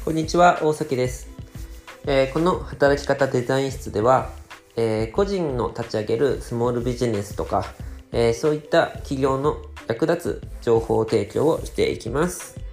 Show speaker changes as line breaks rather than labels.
こんにちは、大崎です。この働き方デザイン室では、個人の立ち上げるスモールビジネスとか、そういった企業の役立つ情報提供をしていきます。